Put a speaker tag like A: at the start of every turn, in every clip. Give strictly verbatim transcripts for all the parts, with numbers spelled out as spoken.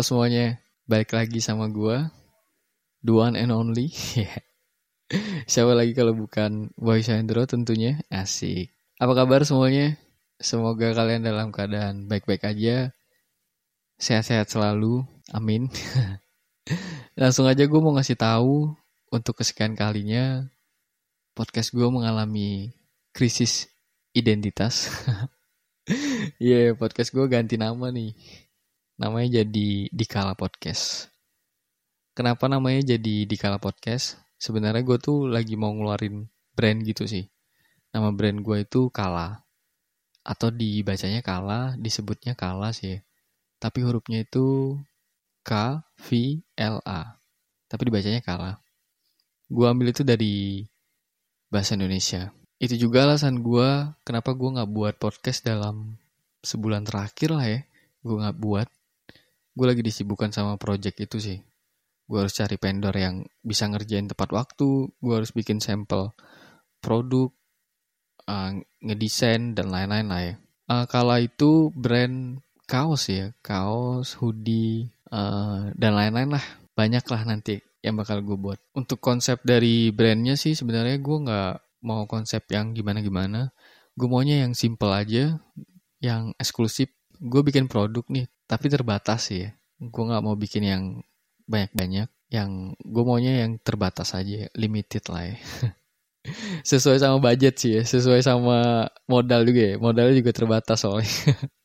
A: Halo semuanya, balik lagi sama gue, the one and only. Siapa lagi kalau bukan Boy Sandro tentunya, asik. Apa kabar semuanya? Semoga kalian dalam keadaan baik-baik aja, sehat-sehat selalu, amin. Langsung aja gue mau ngasih tahu untuk kesekian kalinya podcast gue mengalami krisis identitas. Iya, yeah, podcast gue ganti nama nih. Namanya jadi Dikala Podcast. Kenapa namanya jadi Dikala Podcast? Sebenarnya gue tuh lagi mau ngeluarin brand gitu sih. Nama brand gue itu Kala. Atau dibacanya Kala, disebutnya Kala sih. Tapi hurufnya itu K V L A. Tapi dibacanya Kala. Gue ambil itu dari bahasa Indonesia. Itu juga alasan gue kenapa gue gak buat podcast dalam sebulan terakhir lah ya. Gue gak buat. Gue lagi disibukkan sama project itu sih. Gue harus cari vendor yang bisa ngerjain tepat waktu. Gue harus bikin sampel produk, uh, ngedesain, dan lain-lain lah ya. Uh, Kala itu brand kaos ya. Kaos, hoodie, uh, dan lain-lain lah. Banyak lah nanti yang bakal gue buat. Untuk konsep dari brandnya sih sebenarnya gue gak mau konsep yang gimana-gimana. Gue maunya yang simple aja, yang eksklusif. Gue bikin produk nih, tapi terbatas sih ya. Gue gak mau bikin yang banyak-banyak. Yang gue maunya yang terbatas aja, limited lah ya. Sesuai sama budget sih ya, sesuai sama modal juga ya. Modalnya juga terbatas soalnya.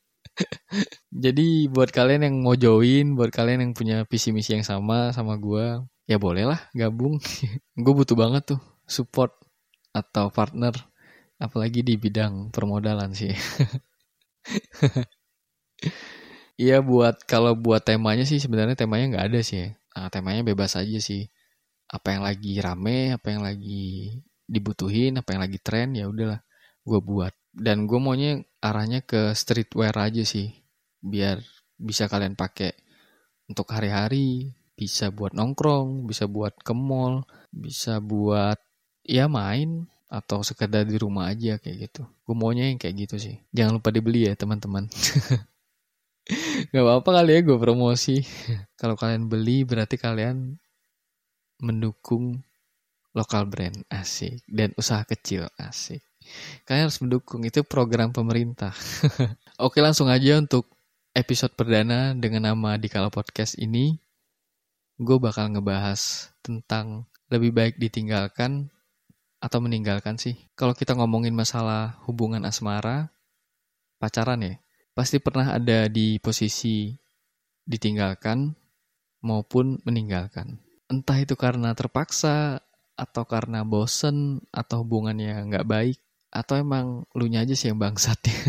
A: Jadi buat kalian yang mau join, buat kalian yang punya visi misi yang sama sama gue, ya boleh lah gabung. Gue butuh banget tuh support atau partner, apalagi di bidang permodalan sih. Iya buat kalau buat temanya sih sebenarnya temanya nggak ada sih ya. Nah, temanya bebas aja sih. Apa yang lagi rame, apa yang lagi dibutuhin, apa yang lagi tren, ya udahlah gue buat. Dan gue maunya arahnya ke streetwear aja sih, biar bisa kalian pakai untuk hari-hari, bisa buat nongkrong, bisa buat ke mall, bisa buat ya main atau sekedar di rumah aja kayak gitu. Gue maunya yang kayak gitu sih. Jangan lupa dibeli ya teman-teman. Gak apa-apa kali ya gue promosi. Kalau kalian beli berarti kalian mendukung lokal brand, asik. Dan usaha kecil, asik. Kalian harus mendukung, itu program pemerintah. Oke, langsung aja untuk episode perdana dengan nama Dikala Podcast ini. Gue bakal ngebahas tentang lebih baik ditinggalkan atau meninggalkan sih. Kalau kita ngomongin masalah hubungan asmara, pacaran ya, pasti pernah ada di posisi ditinggalkan maupun meninggalkan. Entah itu karena terpaksa, atau karena bosen, atau hubungannya nggak baik, atau emang lu nya aja sih yang bangsat ya.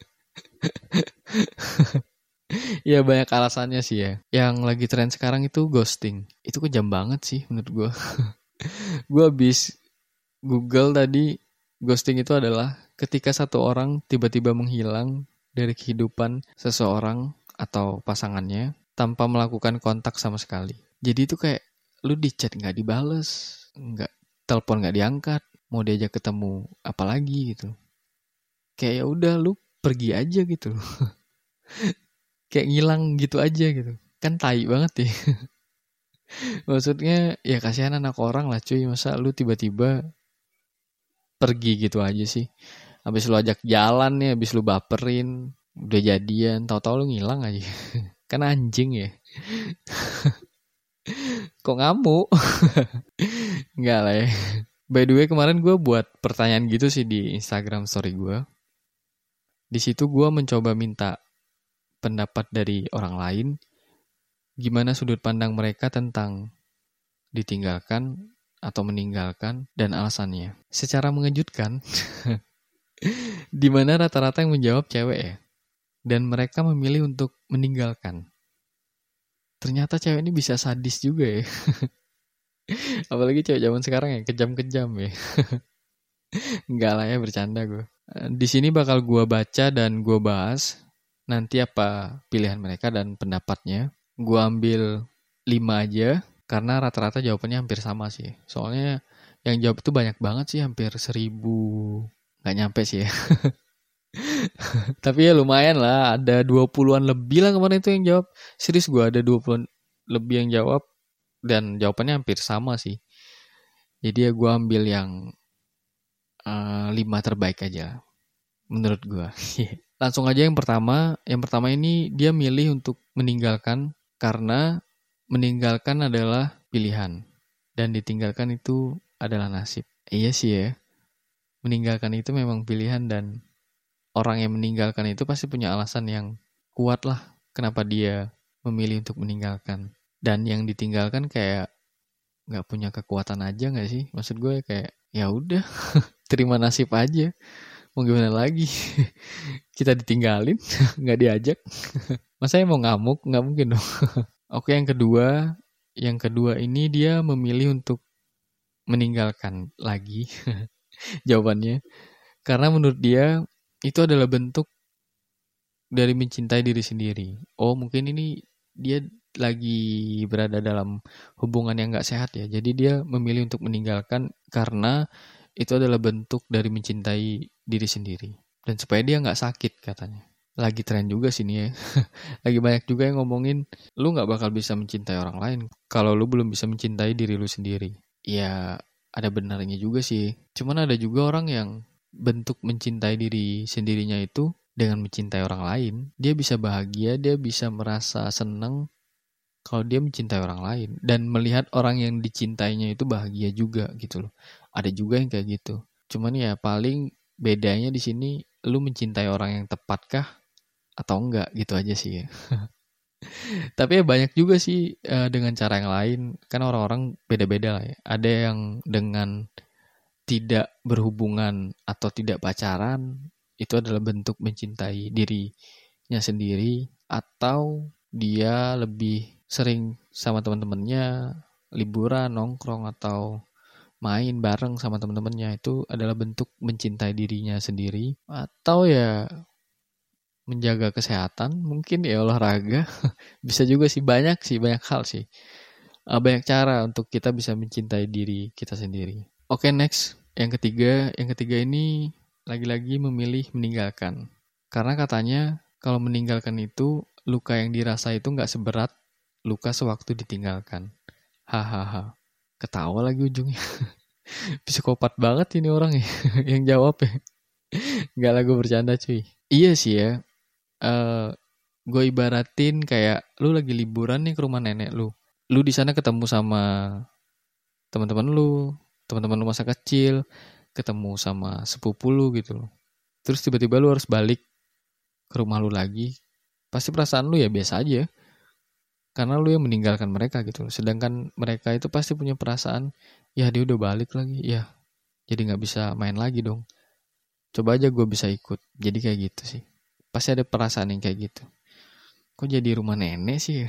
A: Ya banyak alasannya sih ya. Yang lagi tren sekarang itu ghosting. Itu kejam banget sih menurut gue. Gue habis Google tadi, ghosting itu adalah ketika satu orang tiba-tiba menghilang dari kehidupan seseorang atau pasangannya tanpa melakukan kontak sama sekali. Jadi itu kayak lu di chat nggak dibales, nggak telepon nggak diangkat, mau diajak ketemu apalagi gitu. Kayak ya udah lu pergi aja gitu. Kayak ngilang gitu aja gitu. Kan tai banget ya. Maksudnya ya kasihan anak orang lah cuy, masa lu tiba-tiba pergi gitu aja sih. Habis lu ajak jalan nih, habis lu baperin, udah jadian, tahu-tahu lu ngilang aja. Kan anjing ya. Kok ngamuk? Enggak lah ya. By the way kemarin gue buat pertanyaan gitu sih di Instagram story gue. Di situ gue mencoba minta pendapat dari orang lain. Gimana sudut pandang mereka tentang ditinggalkan atau meninggalkan dan alasannya. Secara mengejutkan, di mana rata-rata yang menjawab cewek ya. Dan mereka memilih untuk meninggalkan. Ternyata cewek ini bisa sadis juga ya. Apalagi cewek zaman sekarang ya, kejam-kejam ya. Enggak lah ya, bercanda gue. Di sini bakal gue baca dan gue bahas nanti apa pilihan mereka dan pendapatnya. Gue ambil lima aja, karena rata-rata jawabannya hampir sama sih. Soalnya yang jawab itu banyak banget sih, hampir seribu. Gak nyampe sih ya. Tapi ya lumayan lah, ada dua puluhan lebih lah kemarin itu yang jawab. Serius gue ada dua puluhan lebih yang jawab dan jawabannya hampir sama sih. Jadi ya gue ambil yang uh, lima terbaik aja menurut gue. Langsung aja yang pertama. Yang pertama ini dia milih untuk meninggalkan karena meninggalkan adalah pilihan dan ditinggalkan itu adalah nasib. Iya sih ya. Meninggalkan itu memang pilihan dan orang yang meninggalkan itu pasti punya alasan yang kuat lah kenapa dia memilih untuk meninggalkan. Dan yang ditinggalkan kayak nggak punya kekuatan aja nggak sih? Maksud gue kayak ya udah terima nasib aja. Mau gimana lagi? Kita ditinggalin, nggak diajak. Masa mau ngamuk? Nggak mungkin dong. Oke, yang kedua, yang kedua ini dia memilih untuk meninggalkan lagi jawabannya. Karena menurut dia itu adalah bentuk dari mencintai diri sendiri. Oh, mungkin ini dia lagi berada dalam hubungan yang gak sehat ya. Jadi dia memilih untuk meninggalkan karena itu adalah bentuk dari mencintai diri sendiri. Dan supaya dia gak sakit katanya. Lagi tren juga sini ya. Lagi banyak juga yang ngomongin lu gak bakal bisa mencintai orang lain kalau lu belum bisa mencintai diri lu sendiri. Ya ada benarnya juga sih. Cuman ada juga orang yang bentuk mencintai diri sendirinya itu dengan mencintai orang lain. Dia bisa bahagia, dia bisa merasa senang kalau dia mencintai orang lain. Dan melihat orang yang dicintainya itu bahagia juga gitu loh. Ada juga yang kayak gitu. Cuman ya paling bedanya di sini lu mencintai orang yang tepatkah atau enggak gitu aja sih ya. Tapi ya banyak juga sih uh, dengan cara yang lain. Kan orang-orang beda-beda lah ya. Ada yang dengan tidak berhubungan atau tidak pacaran itu adalah bentuk mencintai dirinya sendiri. Atau dia lebih sering sama teman-temannya liburan, nongkrong atau main bareng sama teman-temannya. Itu adalah bentuk mencintai dirinya sendiri. Atau ya menjaga kesehatan, mungkin ya olahraga. Bisa juga sih, banyak sih, banyak hal sih. Uh, banyak cara untuk kita bisa mencintai diri kita sendiri. Oke, okay, next. Yang ketiga, yang ketiga ini lagi-lagi memilih meninggalkan. Karena katanya kalau meninggalkan itu, luka yang dirasa itu gak seberat luka sewaktu ditinggalkan. Hahaha. Ketawa lagi ujungnya. Psikopat banget ini orang ya, yang jawab ya. Gak lah, gue bercanda cuy. Iya sih ya. Uh, gue ibaratin kayak lu lagi liburan nih ke rumah nenek lu. Lu di sana ketemu sama teman-teman lu, teman-teman lu masa kecil, ketemu sama sepupu lu gitu loh. Terus tiba-tiba lu harus balik ke rumah lu lagi. Pasti perasaan lu ya biasa aja. Karena lu yang meninggalkan mereka gitu loh. Sedangkan mereka itu pasti punya perasaan, ya dia udah balik lagi, ya jadi nggak bisa main lagi dong. Coba aja gue bisa ikut. Jadi kayak gitu sih. Pasti ada perasaan yang kayak gitu. Kok jadi rumah nenek sih?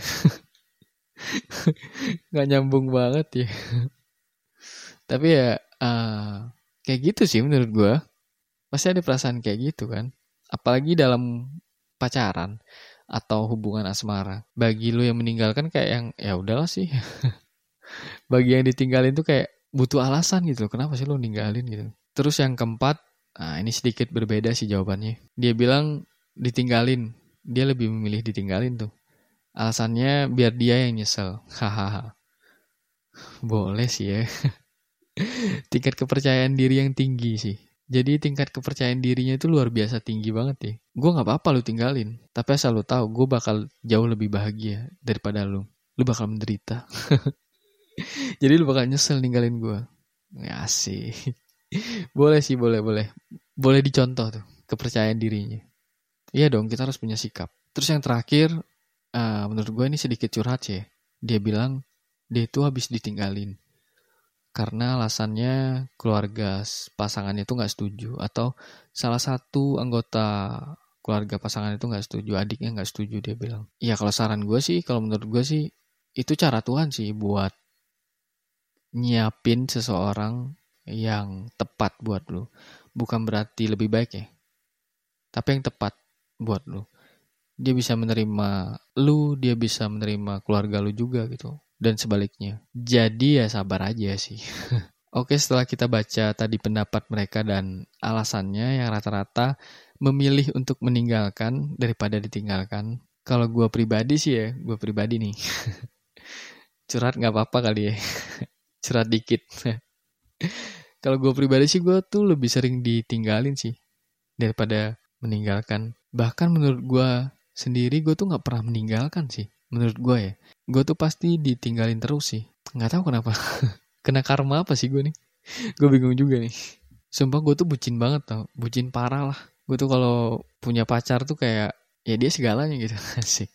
A: Gak nyambung banget ya. Tapi ya uh, kayak gitu sih menurut gue. Pasti ada perasaan kayak gitu kan. Apalagi dalam pacaran atau hubungan asmara. Bagi lu yang meninggalkan kayak yang ya udahlah sih. Bagi yang ditinggalin tuh kayak butuh alasan gitu. Kenapa sih lu ninggalin gitu. Terus yang keempat, nah ini sedikit berbeda sih jawabannya. Dia bilang ditinggalin. Dia lebih memilih ditinggalin tuh. Alasannya biar dia yang nyesel. Hahaha. Boleh sih ya. Tingkat kepercayaan diri yang tinggi sih. Jadi tingkat kepercayaan dirinya itu luar biasa tinggi banget ya. Gue gak apa-apa lu tinggalin. Tapi asal lu tahu gue bakal jauh lebih bahagia daripada lu. Lu bakal menderita. Jadi lu bakal nyesel ninggalin gue. Ya sih. Boleh sih, boleh, boleh. Boleh dicontoh tuh kepercayaan dirinya. Iya dong, kita harus punya sikap. Terus yang terakhir, uh, menurut gue ini sedikit curhat sih. Dia bilang, dia itu habis ditinggalin. Karena alasannya keluarga pasangannya itu gak setuju. Atau salah satu anggota keluarga pasangan itu gak setuju. Adiknya gak setuju, dia bilang. Ya kalau saran gue sih, kalau menurut gue sih, itu cara Tuhan sih buat nyiapin seseorang yang tepat buat lu. Bukan berarti lebih baik ya. Tapi yang tepat buat lu. Dia bisa menerima lu, dia bisa menerima keluarga lu juga gitu. Dan sebaliknya. Jadi ya sabar aja sih. Oke, setelah kita baca tadi pendapat mereka dan alasannya yang rata-rata memilih untuk meninggalkan daripada ditinggalkan. Kalau gue pribadi sih ya, gue pribadi nih. Curhat gak apa-apa kali ya. Curhat dikit. Kalau gue pribadi sih gue tuh lebih sering ditinggalin sih daripada meninggalkan. Bahkan menurut gue sendiri gue tuh gak pernah meninggalkan sih. Menurut gue ya. Gue tuh pasti ditinggalin terus sih. Gak tahu kenapa. Kena karma apa sih gue nih? Gue bingung juga nih. Sumpah gue tuh bucin banget tau. Bucin parah lah. Gue tuh kalau punya pacar tuh kayak ya dia segalanya gitu. Asik.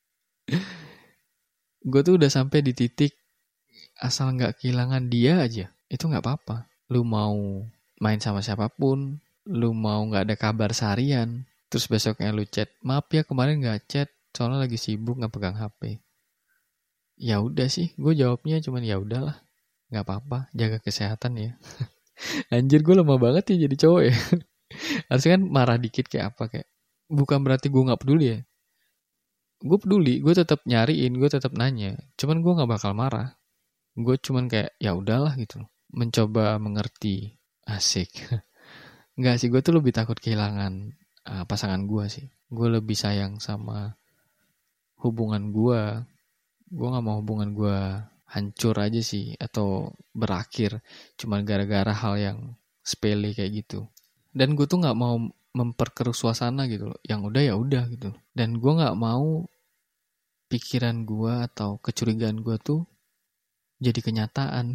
A: Gue tuh udah sampai di titik asal gak kehilangan dia aja. Itu gak apa-apa. Lu mau main sama siapapun. Lu mau gak ada kabar seharian. Terus besoknya lu chat. Maaf ya kemarin gak chat. Soalnya lagi sibuk gak pegang H P. Ya udah sih. Gue jawabnya cuman ya udahlah. Gak apa-apa, jaga kesehatan ya. Anjir gue lemah banget ya jadi cowok ya. Harusnya kan marah dikit kayak apa kayak. Bukan berarti gue gak peduli ya. Gue peduli, gue tetap nyariin, gue tetap nanya. Cuman gue gak bakal marah. Gue cuman kayak ya udahlah gitu. Mencoba mengerti. Asik. Enggak sih, gue tuh lebih takut kehilangan uh, pasangan gue sih. Gue lebih sayang sama hubungan gue. Gue gak mau hubungan gue hancur aja sih atau berakhir cuma gara-gara hal yang sepele kayak gitu. Dan gue tuh nggak mau memperkeruh suasana gitu loh. Yang udah ya udah gitu. Dan gue nggak mau pikiran gue atau kecurigaan gue tuh jadi kenyataan.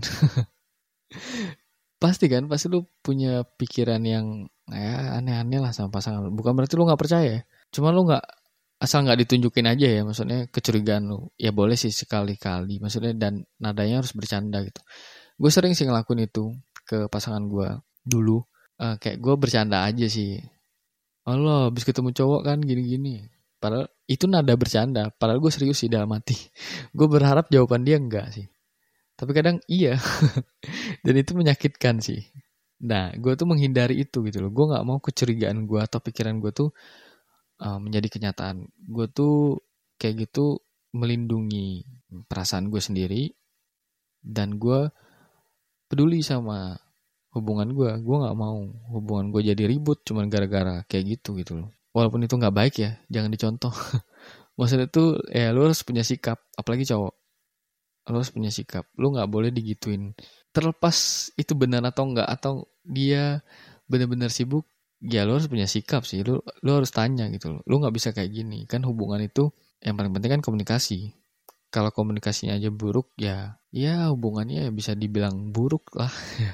A: Pasti kan, pasti lu punya pikiran yang ya aneh-aneh lah sama pasangan lu. Bukan berarti lu nggak percaya, cuma lu nggak asal nggak ditunjukin aja ya, maksudnya kecurigaan lu. Ya boleh sih sekali-kali, maksudnya dan nadanya harus bercanda gitu. Gue sering sih ngelakuin itu ke pasangan gue dulu. Uh, kayak gue bercanda aja sih. Allah, habis ketemu cowok kan gini-gini. Padahal itu nada bercanda. Padahal gue serius sih dalam hati. Gue berharap jawaban dia enggak sih. Tapi kadang iya. Dan itu menyakitkan sih. Nah, gue tuh menghindari itu gitu loh. Gue gak mau kecurigaan gue atau pikiran gue tuh uh, menjadi kenyataan. Gue tuh kayak gitu melindungi perasaan gue sendiri. Dan gue peduli sama hubungan gue. Gue gak mau hubungan gue jadi ribut cuman gara-gara kayak gitu gitu loh. Walaupun itu gak baik ya, jangan dicontoh. Maksudnya tuh ya lu harus punya sikap. Apalagi cowok. Lu harus punya sikap. Lu gak boleh digituin. Terlepas itu benar atau enggak, atau dia benar-benar sibuk, ya lu harus punya sikap sih. Lu, lu harus tanya gitu loh. Lu gak bisa kayak gini. Kan hubungan itu yang paling penting kan komunikasi. Kalau komunikasinya aja buruk, ya ya hubungannya bisa dibilang buruk lah.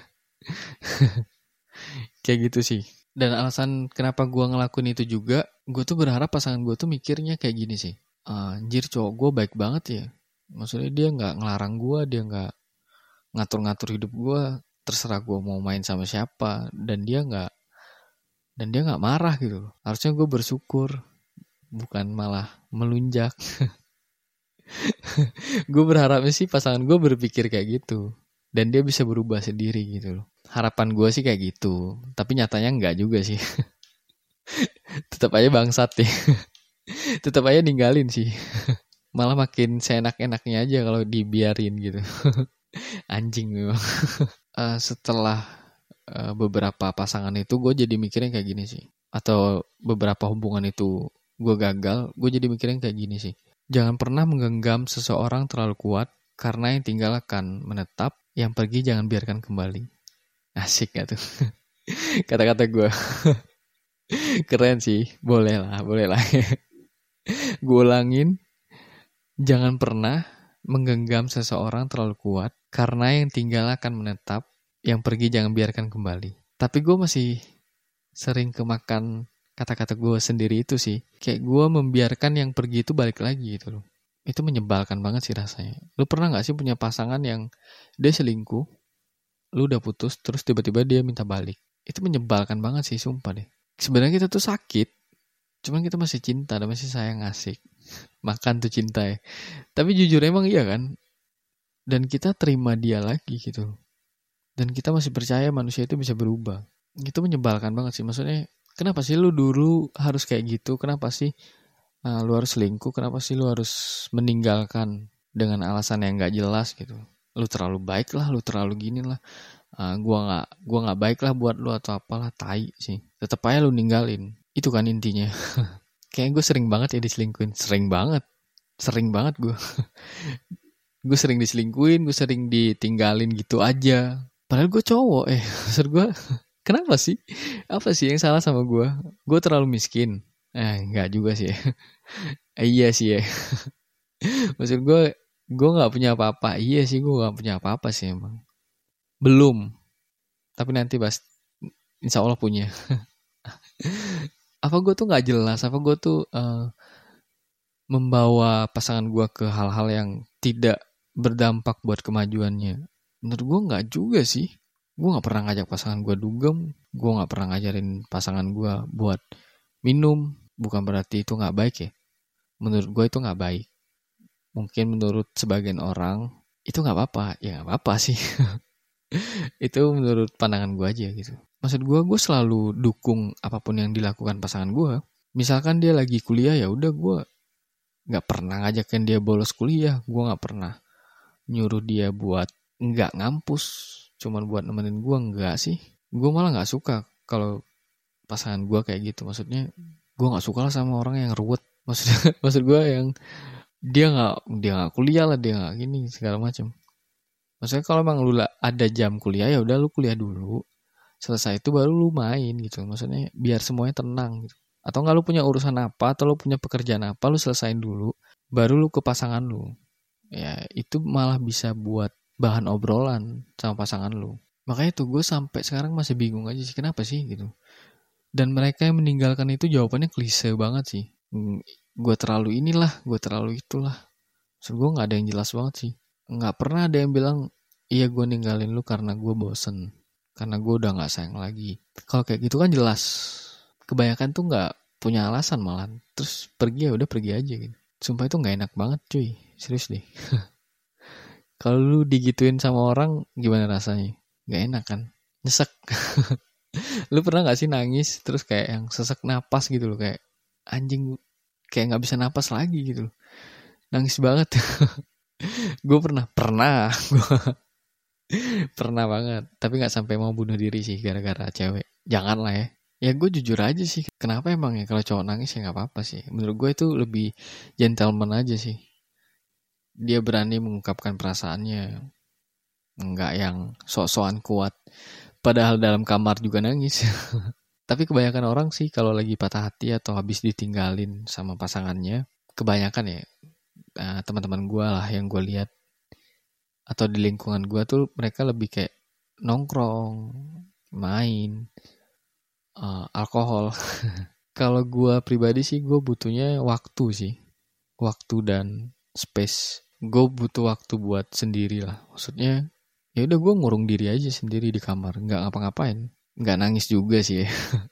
A: Kayak gitu sih. Dan alasan kenapa gue ngelakuin itu juga, gue tuh berharap pasangan gue tuh mikirnya kayak gini sih. Anjir cowok gue baik banget ya. Maksudnya dia gak ngelarang gue, dia gak ngatur-ngatur hidup gue, terserah gue mau main sama siapa, dan dia gak dan dia gak marah gitu. Harusnya gue bersyukur, bukan malah melunjak. Gue berharapnya sih pasangan gue berpikir kayak gitu, dan dia bisa berubah sendiri gitu loh. Harapan gue sih kayak gitu, tapi nyatanya enggak juga sih. Tetap aja bangsat ya. Tetap aja ninggalin sih. Malah makin seenak-enaknya aja kalau dibiarin gitu. Anjing memang. uh, setelah uh, beberapa pasangan itu gue jadi mikirnya kayak gini sih. Atau beberapa hubungan itu gue gagal, gue jadi mikirnya kayak gini sih. Jangan pernah menggenggam seseorang terlalu kuat, karena yang tinggal akan menetap, yang pergi jangan biarkan kembali. Asik gak tuh? Kata-kata gue. Keren sih, boleh lah, boleh lah. Gue ulangin. Jangan pernah menggenggam seseorang terlalu kuat, karena yang tinggal akan menetap, yang pergi jangan biarkan kembali. Tapi gue masih sering kemakan kata-kata gue sendiri itu sih. Kayak gue membiarkan yang pergi itu balik lagi gitu loh. Itu menyebalkan banget sih rasanya. Lu pernah gak sih punya pasangan yang dia selingkuh, lu udah putus, terus tiba-tiba dia minta balik? Itu menyebalkan banget sih, sumpah deh. Sebenarnya kita tuh sakit, cuman kita masih cinta dan masih sayang, asik. Makan tuh cinta ya. Tapi jujur emang iya kan. Dan kita terima dia lagi gitu. Dan kita masih percaya manusia itu bisa berubah. Itu menyebalkan banget sih. Maksudnya kenapa sih lu dulu harus kayak gitu? Kenapa sih uh, lu harus selingkuh? Kenapa sih lu harus meninggalkan dengan alasan yang gak jelas gitu? Lu terlalu baik lah, lu terlalu gini lah. uh, gue nggak gue nggak baik lah buat lu atau apalah, tai sih, tetep aja lu ninggalin. Itu kan intinya. Kayak gue sering banget ya diselingkuhin, sering banget, sering banget gue. Gue sering diselingkuhin, gue sering ditinggalin gitu aja. Padahal gue cowok, eh, maksud gue, kenapa sih? Apa sih yang salah sama gue? Gue terlalu miskin? Eh, enggak juga sih. Eh, iya sih ya. Maksud gue, gue nggak punya apa-apa. Iya sih, gue nggak punya apa-apa sih emang. Belum. Tapi nanti pas, insya Allah punya. Apa gue tuh nggak jelas? Apa gue tuh uh, membawa pasangan gue ke hal-hal yang tidak berdampak buat kemajuannya? Menurut gue nggak juga sih. Gue nggak pernah ngajak pasangan gue dugem. Gue nggak pernah ngajarin pasangan gue buat minum. Bukan berarti itu nggak baik ya. Menurut gue itu nggak baik. Mungkin menurut sebagian orang itu nggak apa-apa. Ya nggak apa-apa sih. Itu menurut pandangan gue aja gitu. Maksud gue, gue selalu dukung apapun yang dilakukan pasangan gue. Misalkan dia lagi kuliah, ya udah gue nggak pernah ngajakin dia bolos kuliah. Gue nggak pernah nyuruh dia buat nggak ngampus, cuman buat nemenin gue, nggak sih. Gue malah nggak suka kalau pasangan gue kayak gitu. Maksudnya gue nggak suka lah sama orang yang ruwet. Maksudnya, maksud gue yang dia nggak dia nggak kuliah lah, dia nggak gini segala macam. Maksudnya kalau emang lu ada jam kuliah, ya udah lu kuliah dulu. Selesai itu baru lu main gitu. Maksudnya biar semuanya tenang gitu. Atau nggak lu punya urusan apa, atau lu punya pekerjaan apa, lu selesain dulu. Baru lu ke pasangan lu. Ya itu malah bisa buat bahan obrolan sama pasangan lu. Makanya tuh gue sampai sekarang masih bingung aja sih, kenapa sih gitu. Dan mereka yang meninggalkan itu jawabannya klise banget sih. Hmm, gue terlalu inilah, gue terlalu itulah. Maksud gue gak ada yang jelas banget sih. Gak pernah ada yang bilang, iya gue ninggalin lu karena gue bosen, karena gue udah gak sayang lagi. Kalau kayak gitu kan jelas. Kebanyakan tuh gak punya alasan malah. Terus pergi ya udah pergi aja gitu. Sumpah itu gak enak banget cuy. Serius deh. Kalau lu digituin sama orang, gimana rasanya? Gak enak kan? Nyesek. Lu pernah gak sih nangis terus kayak yang sesek napas gitu loh, kayak anjing, kayak gak bisa napas lagi gitu loh. Nangis banget. Gue pernah, pernah. Pernah banget. Tapi gak sampai mau bunuh diri sih gara-gara cewek. Jangan lah ya. Ya gue jujur aja sih. Kenapa emang ya kalau cowok nangis ya gak apa-apa sih. Menurut gue itu lebih gentleman aja sih. Dia berani mengungkapkan perasaannya. Enggak yang sok-sokan kuat. Padahal dalam kamar juga nangis. Tapi kebanyakan orang sih kalau lagi patah hati atau habis ditinggalin sama pasangannya, kebanyakan ya uh, teman-teman gue lah yang gue lihat atau di lingkungan gue tuh mereka lebih kayak nongkrong, main, uh, alkohol. Kalau gue pribadi sih gue butuhnya waktu sih, waktu dan space. Gue butuh waktu buat sendiri lah. Maksudnya ya udah gue ngurung diri aja sendiri di kamar, nggak ngapa-ngapain, nggak nangis juga sih ya.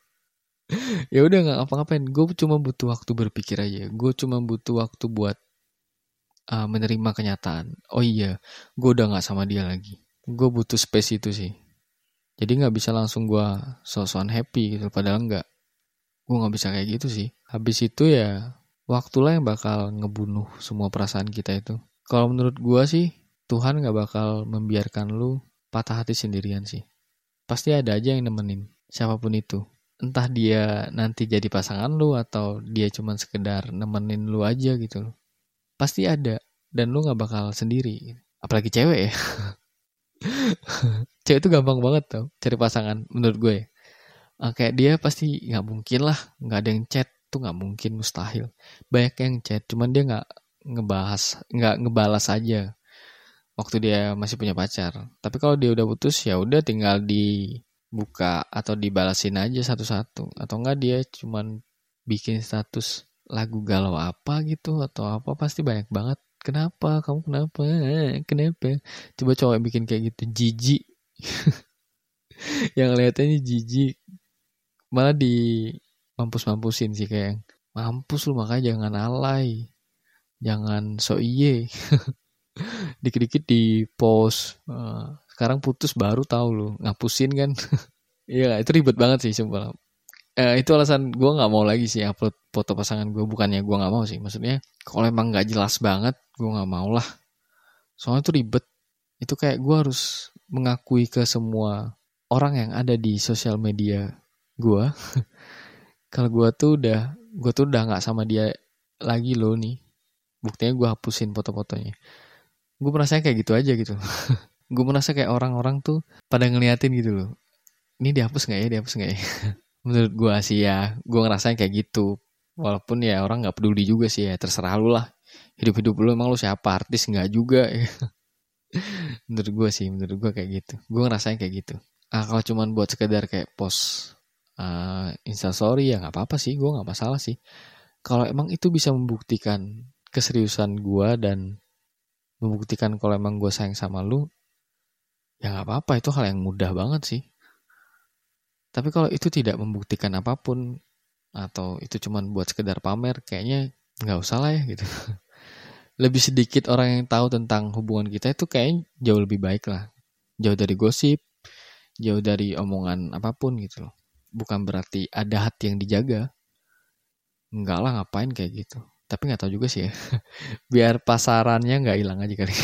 A: Ya udah nggak ngapa-ngapain, gue cuma butuh waktu berpikir aja, gue cuma butuh waktu buat uh, menerima kenyataan. Oh iya, gue udah nggak sama dia lagi. Gue butuh space itu sih. Jadi nggak bisa langsung gue so-soan happy gitu, padahal nggak. Gue nggak bisa kayak gitu sih. Habis itu ya waktulah yang bakal ngebunuh semua perasaan kita itu. Kalau menurut gue sih, Tuhan gak bakal membiarkan lu patah hati sendirian sih. Pasti ada aja yang nemenin, siapapun itu. Entah dia nanti jadi pasangan lu atau dia cuma sekedar nemenin lu aja gitu loh. Pasti ada, dan lu gak bakal sendiri. Apalagi cewek ya. Cewek itu gampang banget tau cari pasangan menurut gue ya. Kayak dia pasti gak mungkin lah, gak ada yang chat tuh, gak mungkin, mustahil. Banyak yang chat, cuman dia gak ngebahas, gak ngebalas aja waktu dia masih punya pacar. Tapi kalau dia udah putus, ya udah tinggal dibuka atau dibalasin aja satu-satu. Atau enggak dia cuman bikin status lagu galau apa gitu atau apa, pasti banyak banget. Kenapa? Kamu kenapa? Kenapa? Coba cowok yang bikin kayak gitu, jijik. Yang lihatnya jijik. Malah di mampus-mampusin sih, kayak mampus lu, makanya jangan alay. Jangan so iye. Dikit-dikit di post, uh, sekarang putus baru tahu lu, ngapusin kan. Iya, itu ribet banget sih sumpah. Uh, itu alasan gue nggak mau lagi sih upload foto pasangan gue. Bukannya gue nggak mau sih, maksudnya kalau emang nggak jelas banget gue nggak mau lah. Soalnya itu ribet. Itu kayak gue harus mengakui ke semua orang yang ada di sosial media gue kalau gue tuh udah gue tuh udah nggak sama dia lagi loh nih. Buktinya gue hapusin foto-fotonya. Gue merasa kayak gitu aja gitu. Gue merasa kayak orang-orang tuh pada ngeliatin gitu loh. Ini dihapus nggak ya? Dihapus nggak ya? Menurut gue sih ya, gue ngerasain kayak gitu. Walaupun ya orang nggak peduli juga sih ya. Terserah lu lah. Hidup-hidup lu emang lu siapa? Artis nggak juga ya. Menurut gue sih, menurut gue kayak gitu. Gue ngerasain kayak gitu. Ah, kalau cuman buat sekedar kayak post uh, Instastory ya nggak apa-apa sih. Gue nggak masalah sih. Kalau emang itu bisa membuktikan keseriusan gue dan membuktikan kalau emang gue sayang sama lu, ya nggak apa-apa, itu hal yang mudah banget sih. Tapi kalau itu tidak membuktikan apapun atau itu cuma buat sekedar pamer, kayaknya nggak usah lah ya gitu. Lebih sedikit orang yang tahu tentang hubungan kita itu kayaknya jauh lebih baik lah. Jauh dari gosip, jauh dari omongan apapun gitu loh. Bukan berarti ada hati yang dijaga. Enggak lah, ngapain kayak gitu. Tapi nggak tahu juga sih ya. Biar pasarannya nggak hilang aja kali.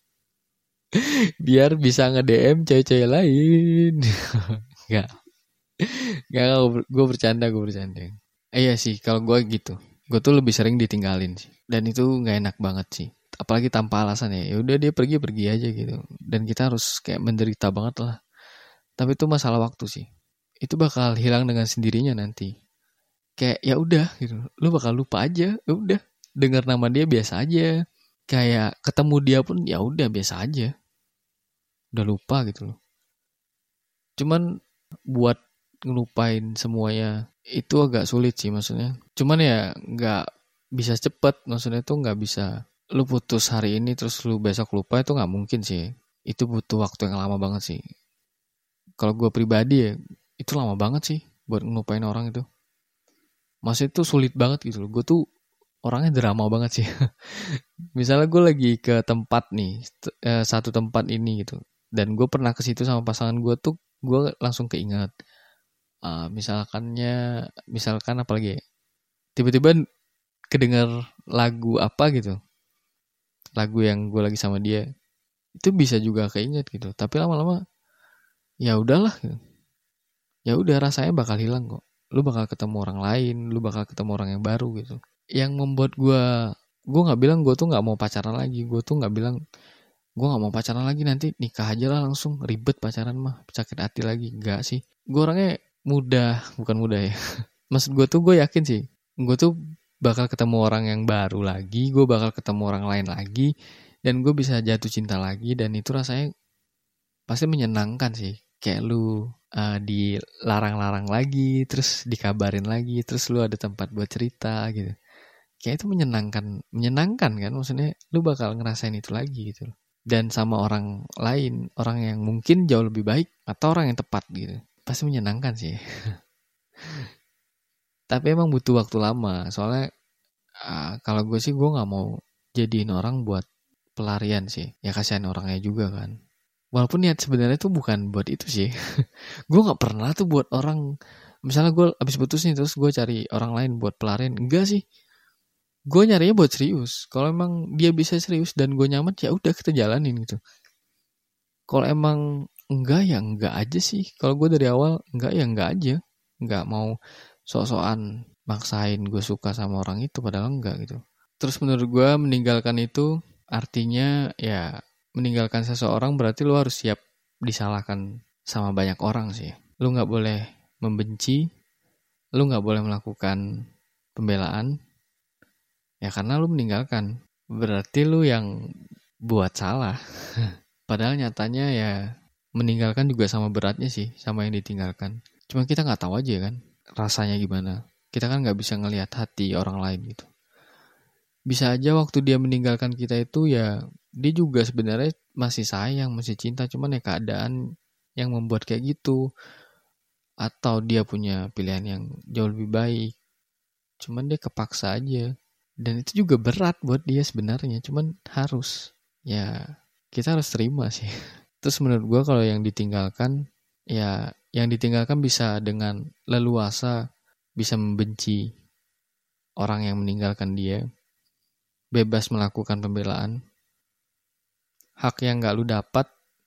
A: Biar bisa nge-D M cewek-cewek lain. Nggak. Nggak, gue bercanda, gue bercanda. Eh, iya sih, kalau gue gitu. Gue tuh lebih sering ditinggalin sih. Dan itu nggak enak banget sih. Apalagi tanpa alasan ya. Ya udah dia pergi-pergi aja gitu. Dan kita harus kayak menderita banget lah. Tapi itu masalah waktu sih. Itu bakal hilang dengan sendirinya nanti. Kayak ya udah gitu. Lu bakal lupa aja. Ya udah. Dengar nama dia biasa aja. Kayak ketemu dia pun ya udah biasa aja. Udah lupa gitu loh. Cuman buat ngelupain semuanya itu agak sulit sih maksudnya. Cuman ya nggak bisa cepet. Maksudnya tuh nggak bisa. Lu putus hari ini terus lu besok lupa itu nggak mungkin sih. Itu butuh waktu yang lama banget sih. Kalau gue pribadi ya itu lama banget sih buat ngelupain orang itu. Maksudnya itu sulit banget gitu loh. Gue tuh orangnya drama banget sih. Misalnya gue lagi ke tempat nih, eh, satu tempat ini gitu. Dan gue pernah ke situ sama pasangan gue tuh, gue langsung keinget. Uh, misalkannya, misalkan apalagi ya, tiba-tiba kedengar lagu apa gitu. Lagu yang gue lagi sama dia. Itu bisa juga keinget gitu. Tapi lama-lama, ya udahlah gitu. Ya udah rasanya bakal hilang kok. Lu bakal ketemu orang lain, lu bakal ketemu orang yang baru gitu. Yang membuat gue, gue nggak bilang gue tuh nggak mau pacaran lagi. Gue tuh nggak bilang gue nggak mau pacaran lagi, nanti nikah aja lah langsung, ribet pacaran mah, sakit hati lagi. Enggak sih. Gue orangnya mudah, bukan mudah ya. Maksud gue tuh gue yakin sih, gue tuh bakal ketemu orang yang baru lagi, gue bakal ketemu orang lain lagi, dan gue bisa jatuh cinta lagi, dan itu rasanya pasti menyenangkan sih. Kayak lu uh, dilarang-larang lagi, terus dikabarin lagi, terus lu ada tempat buat cerita gitu. Kayak itu menyenangkan, menyenangkan kan, maksudnya lu bakal ngerasain itu lagi gitu. Dan sama orang lain, orang yang mungkin jauh lebih baik atau orang yang tepat gitu. Pasti menyenangkan sih. Tapi emang butuh waktu lama. Soalnya uh, kalau gue sih gue nggak mau jadiin orang buat pelarian sih. Ya kasihan orangnya juga kan. Walaupun niat sebenarnya tuh bukan buat itu sih. Gue nggak pernah tuh buat orang. Misalnya gue abis putus nih terus gue cari orang lain buat pelarian. Enggak sih. Gue nyarinya buat serius. Kalau emang dia bisa serius dan gue nyaman, ya udah kita jalanin gitu. Kalau emang enggak ya enggak aja sih. Kalau gue dari awal enggak ya enggak aja. Enggak mau sok-sokan maksain gue suka sama orang itu padahal enggak gitu. Terus menurut gue meninggalkan itu artinya ya meninggalkan seseorang berarti lu harus siap disalahkan sama banyak orang sih. Lu nggak boleh membenci, lu nggak boleh melakukan pembelaan, ya karena lu meninggalkan. Berarti lu yang buat salah. Padahal nyatanya ya meninggalkan juga sama beratnya sih, sama yang ditinggalkan. Cuma kita nggak tahu aja kan rasanya gimana. Kita kan nggak bisa ngelihat hati orang lain gitu. Bisa aja waktu dia meninggalkan kita itu ya dia juga sebenarnya masih sayang, masih cinta. Cuman ya keadaan yang membuat kayak gitu. Atau dia punya pilihan yang jauh lebih baik. Cuman dia kepaksa aja. Dan itu juga berat buat dia sebenarnya. Cuman harus. Ya kita harus terima sih. Terus menurut gue kalau yang ditinggalkan, ya yang ditinggalkan bisa dengan leluasa bisa membenci orang yang meninggalkan dia. Bebas melakukan pembelaan. Hak yang gak lu dapat,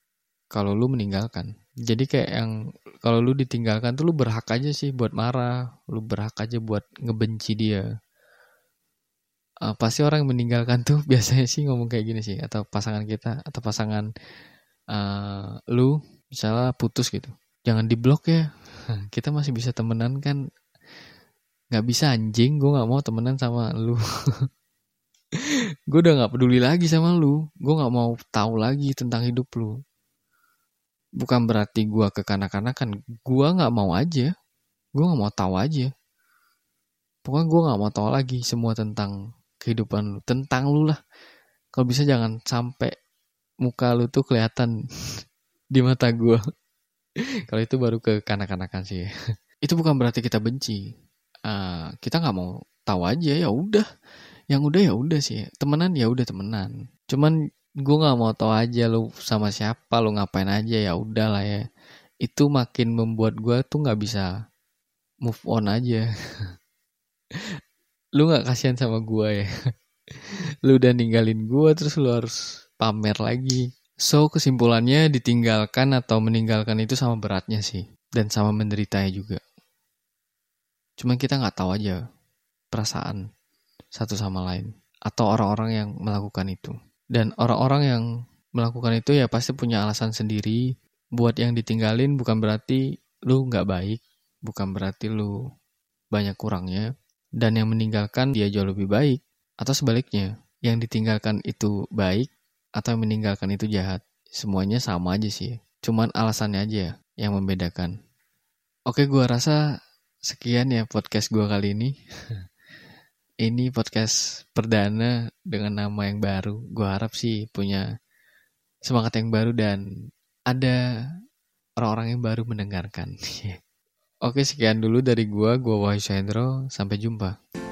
A: kalau lu meninggalkan. Jadi kayak yang kalau lu ditinggalkan tuh lu berhak aja sih buat marah, lu berhak aja buat ngebenci dia. Uh, pasti orang yang meninggalkan tuh biasanya sih ngomong kayak gini sih, atau pasangan kita atau pasangan uh, lu misalnya putus gitu. Jangan diblok ya. Kita masih bisa temenan kan? Nggak bisa anjing, gue nggak mau temenan sama lu. Gue udah nggak peduli lagi sama lu. Gue nggak mau tahu lagi tentang hidup lu. Bukan berarti gue kekanak-kanakan. Gue nggak mau aja. Gue nggak mau tahu aja. Pokoknya gue nggak mau tahu lagi semua tentang kehidupan lu, tentang lu lah. Kalau bisa jangan sampai muka lu tuh kelihatan di mata gue. Kalau itu baru kekanak-kanakan sih. Itu bukan berarti kita benci. Uh, kita nggak mau tahu aja, ya udah. Yang udah ya udah sih. Temenan ya udah temenan. Cuman gue nggak mau tahu aja lu sama siapa, lu ngapain aja, ya udah lah ya. Itu makin membuat gue tuh nggak bisa move on aja. Lu nggak kasihan sama gue ya? Lu udah ninggalin gue terus lu harus pamer lagi. So kesimpulannya ditinggalkan atau meninggalkan itu sama beratnya sih. Dan sama menderitanya juga. Cuman kita nggak tahu aja perasaan satu sama lain. Atau orang-orang yang melakukan itu. Dan orang-orang yang melakukan itu ya pasti punya alasan sendiri. Buat yang ditinggalin bukan berarti lu nggak baik. Bukan berarti lu banyak kurangnya. Dan yang meninggalkan dia jauh lebih baik. Atau sebaliknya, yang ditinggalkan itu baik atau yang meninggalkan itu jahat. Semuanya sama aja sih. Cuman alasannya aja yang membedakan. Oke, gua rasa sekian ya podcast gua kali ini. Ini podcast perdana dengan nama yang baru. Gua harap sih punya semangat yang baru dan ada orang-orang yang baru mendengarkan. Oke, sekian dulu dari gua. Gua Wahyu Hendro. Sampai jumpa.